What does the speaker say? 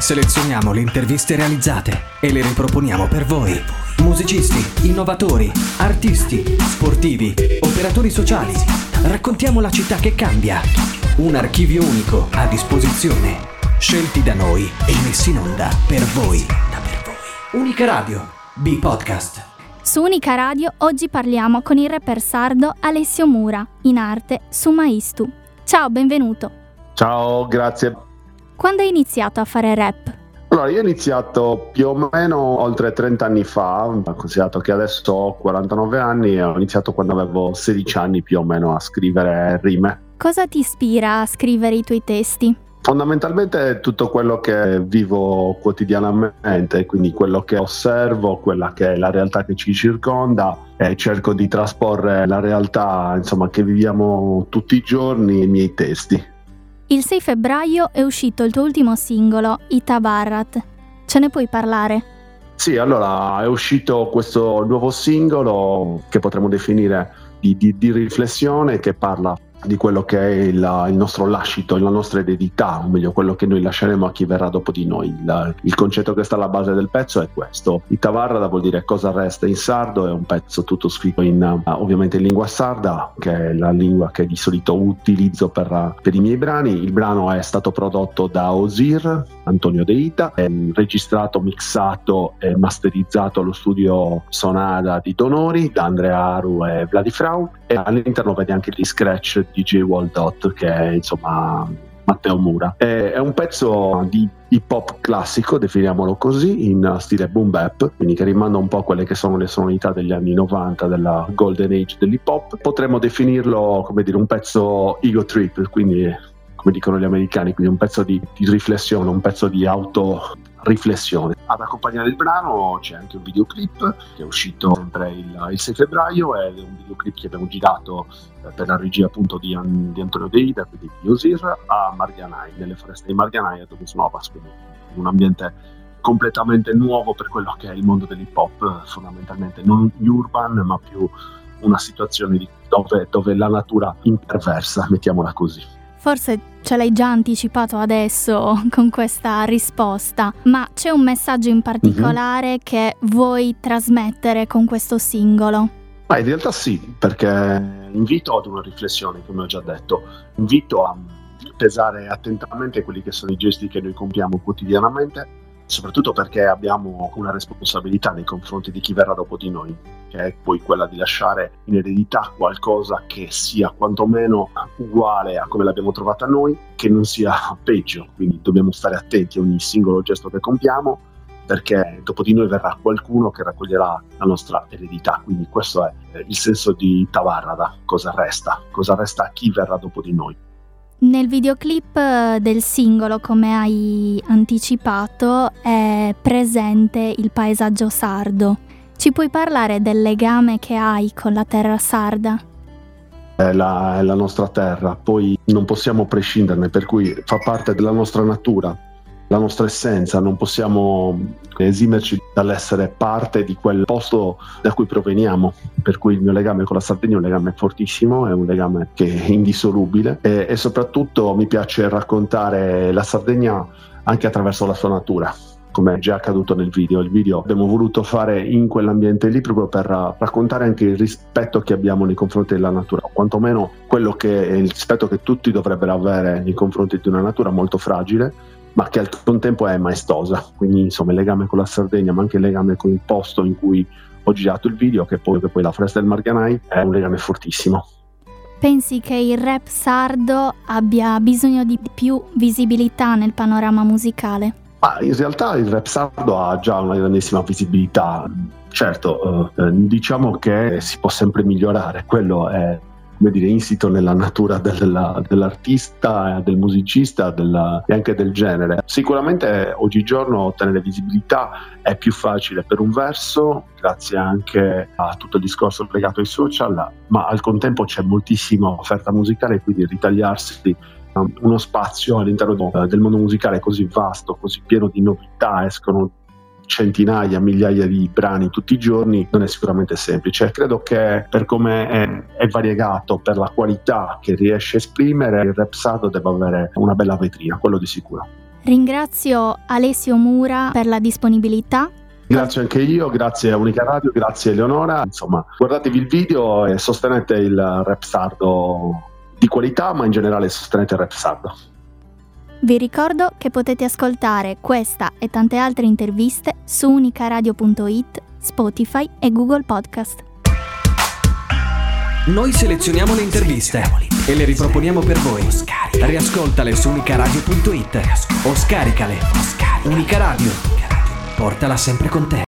Selezioniamo le interviste realizzate e le riproponiamo per voi. Musicisti, innovatori, artisti, sportivi, operatori sociali. Raccontiamo la città che cambia. Un archivio unico a disposizione. Scelti da noi e messi in onda per voi. Unica Radio, B-Podcast. Su Unica Radio oggi parliamo con il rapper sardo Alessio Mura, in arte Sumaistu. Ciao, benvenuto. Ciao, grazie. Quando hai iniziato a fare rap? Allora, io ho iniziato più o meno oltre 30 anni fa, considerato che adesso ho 49 anni e ho iniziato quando avevo 16 anni più o meno a scrivere rime. Cosa ti ispira a scrivere i tuoi testi? Fondamentalmente tutto quello che vivo quotidianamente, quindi quello che osservo, quella che è la realtà che ci circonda, e cerco di trasporre la realtà, insomma, che viviamo tutti i giorni nei miei testi. Il 6 febbraio è uscito il tuo ultimo singolo, Itavarrat. Ce ne puoi parlare? Sì, allora è uscito questo nuovo singolo che potremmo definire di riflessione, che parla di quello che è il nostro lascito, la nostra eredità, o meglio quello che noi lasceremo a chi verrà dopo di noi. Il concetto che sta alla base del pezzo è questo. Itavarra vuol dire cosa resta in sardo, è un pezzo tutto scritto ovviamente in lingua sarda, che è la lingua che di solito utilizzo per i miei brani. Il brano è stato prodotto da Osir, Antonio De Ita, è registrato, mixato e masterizzato allo studio Sonada di Donori da Andrea Aru e Vladifrau, e all'interno vede anche gli scratch di J. Waldot, che è insomma Matteo Mura. È un pezzo di hip hop classico, definiamolo così, in stile boom bap, quindi che rimanda un po' a quelle che sono le sonorità degli anni 90, della golden age dell'hip hop. Potremmo definirlo, come dire, un pezzo ego trip, quindi come dicono gli americani, quindi un pezzo di riflessione, un pezzo di autoriflessione. Ad accompagnare il brano c'è anche un videoclip che è uscito sempre il 6 febbraio, è un videoclip che abbiamo girato per la regia appunto di Antonio De Ida, quindi di Osir, a Marganai, nelle foreste di Marganai a Domus Novas, quindi un ambiente completamente nuovo per quello che è il mondo dell'hip hop, fondamentalmente non urban ma più una situazione dove la natura imperversa, mettiamola così. Forse ce l'hai già anticipato adesso con questa risposta, ma c'è un messaggio in particolare che vuoi trasmettere con questo singolo? In realtà sì, perché invito ad una riflessione, come ho già detto, invito a pesare attentamente quelli che sono i gesti che noi compiamo quotidianamente, soprattutto perché abbiamo una responsabilità nei confronti di chi verrà dopo di noi, che è poi quella di lasciare in eredità qualcosa che sia quantomeno uguale a come l'abbiamo trovata noi, che non sia peggio. Quindi dobbiamo stare attenti a ogni singolo gesto che compiamo, perché dopo di noi verrà qualcuno che raccoglierà la nostra eredità. Quindi questo è il senso di Tavarrada, cosa resta a chi verrà dopo di noi. Nel videoclip del singolo, come hai anticipato, è presente il paesaggio sardo. Ci puoi parlare del legame che hai con la terra sarda? È la nostra terra, poi non possiamo prescinderne, per cui fa parte della nostra natura, la nostra essenza, non possiamo esimerci dall'essere parte di quel posto da cui proveniamo, per cui il mio legame con la Sardegna è un legame fortissimo, è un legame che è indissolubile e soprattutto mi piace raccontare la Sardegna anche attraverso la sua natura, come è già accaduto nel video. Il video abbiamo voluto fare in quell'ambiente lì proprio per raccontare anche il rispetto che abbiamo nei confronti della natura, o quantomeno quello che è il rispetto che tutti dovrebbero avere nei confronti di una natura molto fragile, ma che al contempo è maestosa. Quindi insomma il legame con la Sardegna, ma anche il legame con il posto in cui ho girato il video, che poi la foresta del Marganai, è un legame fortissimo. Pensi che il rap sardo abbia bisogno di più visibilità nel panorama musicale? In realtà il rap sardo ha già una grandissima visibilità. Certo, diciamo che si può sempre migliorare, quello è, come dire, insito nella natura dell'artista, del musicista e anche del genere. Sicuramente oggigiorno ottenere visibilità è più facile per un verso, grazie anche a tutto il discorso legato ai social, ma al contempo c'è moltissima offerta musicale, quindi ritagliarsi uno spazio all'interno del mondo musicale così vasto, così pieno di novità, escono centinaia, migliaia di brani tutti i giorni, non è sicuramente semplice. Credo che per come è variegato, per la qualità che riesce a esprimere, il rap sardo debba avere una bella vetrina, quello di sicuro. Ringrazio Alessio Mura per la disponibilità. Grazie anche io, grazie a Unica Radio, grazie Eleonora. Insomma, guardatevi il video e sostenete il rap sardo di qualità, ma in generale sostenete il rap sardo. Vi ricordo che potete ascoltare questa e tante altre interviste su unicaradio.it, Spotify e Google Podcast. Noi selezioniamo le interviste e le riproponiamo per voi. Riascoltale su unicaradio.it o scaricale. Unica Radio, portala sempre con te.